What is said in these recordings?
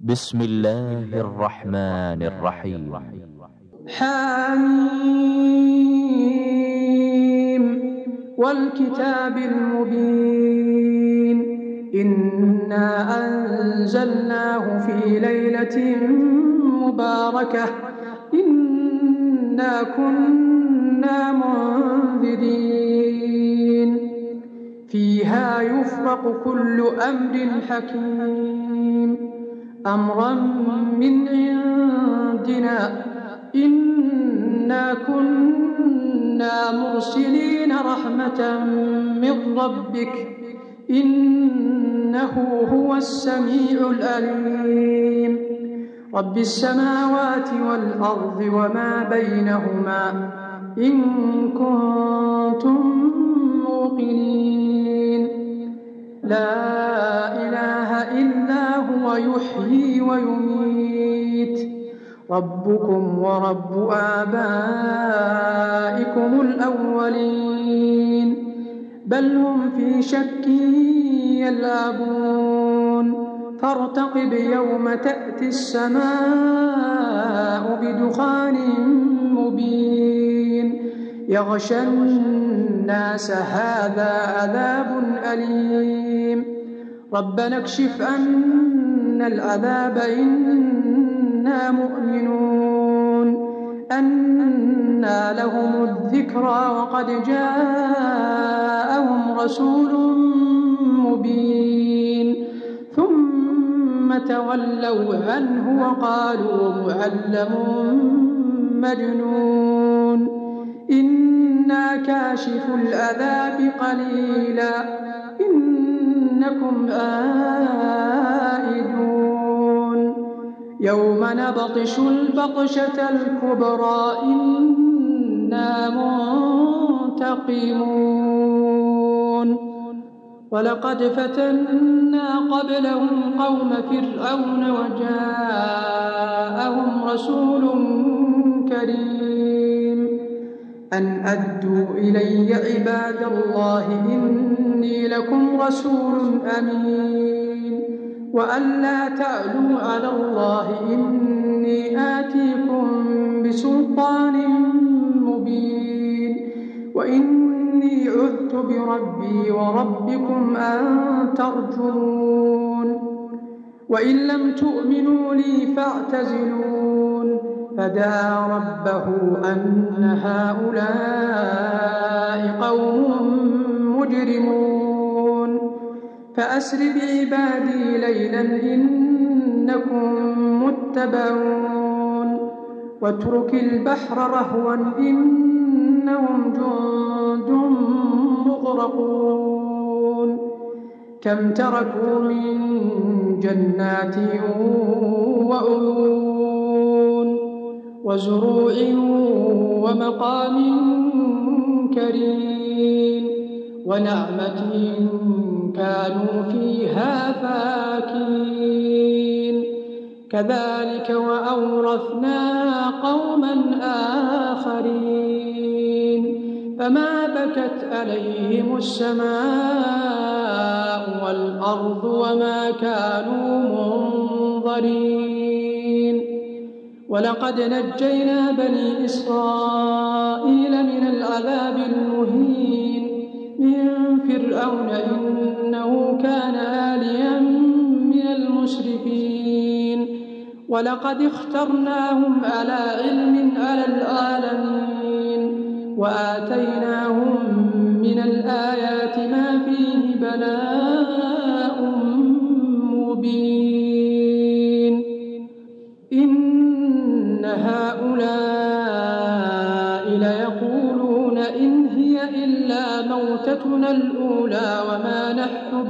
بسم الله الرحمن الرحيم. حميم والكتاب المبين إنا أنزلناه في ليلة مباركة إنا كنا منذرين فيها يفرق كل أمر حكيم أمرا من عندنا إنا كنا مرسلين رحمة من ربك إنه هو السميع العليم رب السماوات والأرض وما بينهما إن كنتم موقنين لا إله إلا هو يحيي ويميت ربكم ورب آبائكم الأولين بل هم في شك يلعبون فارتقب يوم تأتي السماء بدخان مبين يغشى الناس هذا عذاب أليم ربنا اكشف عنا العذاب إنا مؤمنون أنى لهم الذكرى وقد جاءهم رسول مبين ثم تولوا عنه وقالوا معلم مجنون إنا كاشف العذاب قليلا إنكم عائدون يوم نبطش البطشة الكبرى إنا منتقمون ولقد فتنا قبلهم قوم فرعون وجاءهم رسول كريم أن أدوا إلي عباد الله إني لكم رسول أمين وأن لا تعلوا على الله إني آتيكم بسلطان مبين وإني عذت بربي وربكم أن ترجمون وإن لم تؤمنوا لي فاعتزلون فدعا ربه أن هؤلاء قوم مجرمون فأسر بعبادي ليلا إنكم متبعون واترك البحر رهوا إنهم جند مغرقون كم تركوا من جنات وعيون وزروع ومقام كريم ونعمة كانوا فيها فاكهين كذلك وأورثنا قوما آخرين فما بكت عليهم السماء والأرض وما كانوا منظرين ولقد نجينا بني إسرائيل من العذاب المهين من فرعون إنه كان عاليا من المسرفين ولقد اخترناهم على علم على العالمين وآتيناهم من الآيات ما فيه بلاء مبين إن هؤلاء ليقولون إن هي إلا موتتنا الأولى وما نحن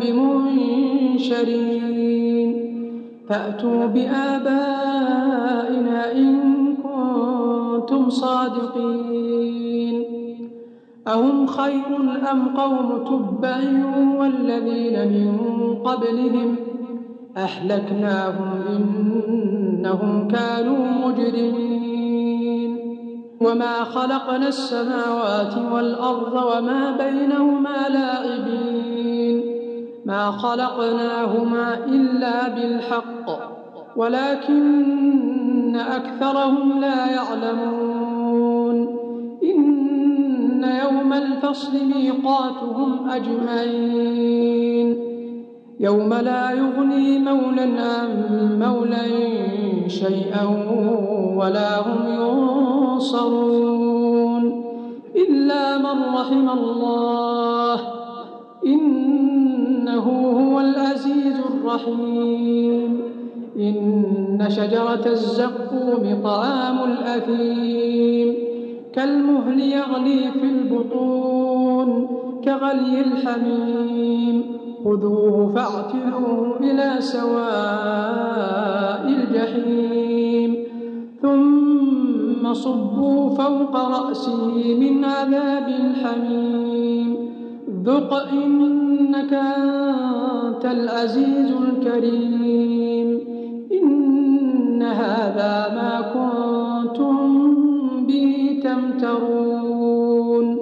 بمنشرين فأتوا بآبائنا إن كنتم صادقين أهم خير أم قوم تبع والذين من قبلهم أهلكناهم إنهم كانوا مجرمين وما خلقنا السماوات والأرض وما بينهما لاعبين ما خلقناهما إلا بالحق ولكن أكثرهم لا يعلمون. إن يوم الفصل ميقاتهم أجمعين، يوم لا يغني مولى عن مولى شيئا ولا هم ينصرون إلا من رحم الله، إنه هو العزيز الرحيم. إن شجرة الزقوم طعام الأثيم، كالمهل يغلي في البطون كغلي الحميم، خذوه فاعتلوه إلى سواء الجحيم، ثم صبوا فوق رأسه من عذاب الحميم، ذق إنك أنت العزيز الكريم. إن هذا ما كنتم به تمترون.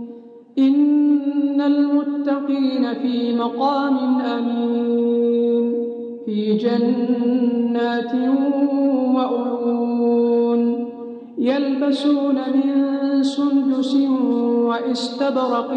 إن المتقين في مقام أمين، في جنات وعيون، يلبسون من سندس واستبرق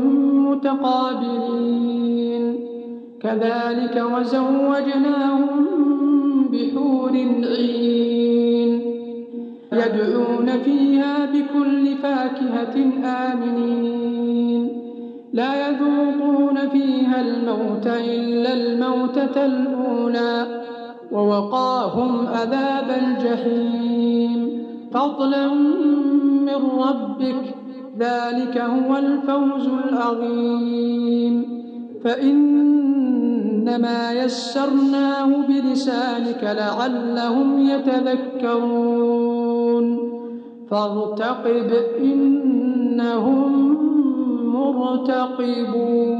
متقابلين، كذلك وزوجناهم بحور عين، يدعون فيها بكل فاكهة آمنين، لا يذوقون فيها الموت إلا الموتة الأولى، ووقاهم عذاب الجحيم، فضلا من ربك، ذلك هو الفوز العظيم. فإنما يسرناه بلسانك لعلهم يتذكرون، فارتقب إنهم مرتقبون.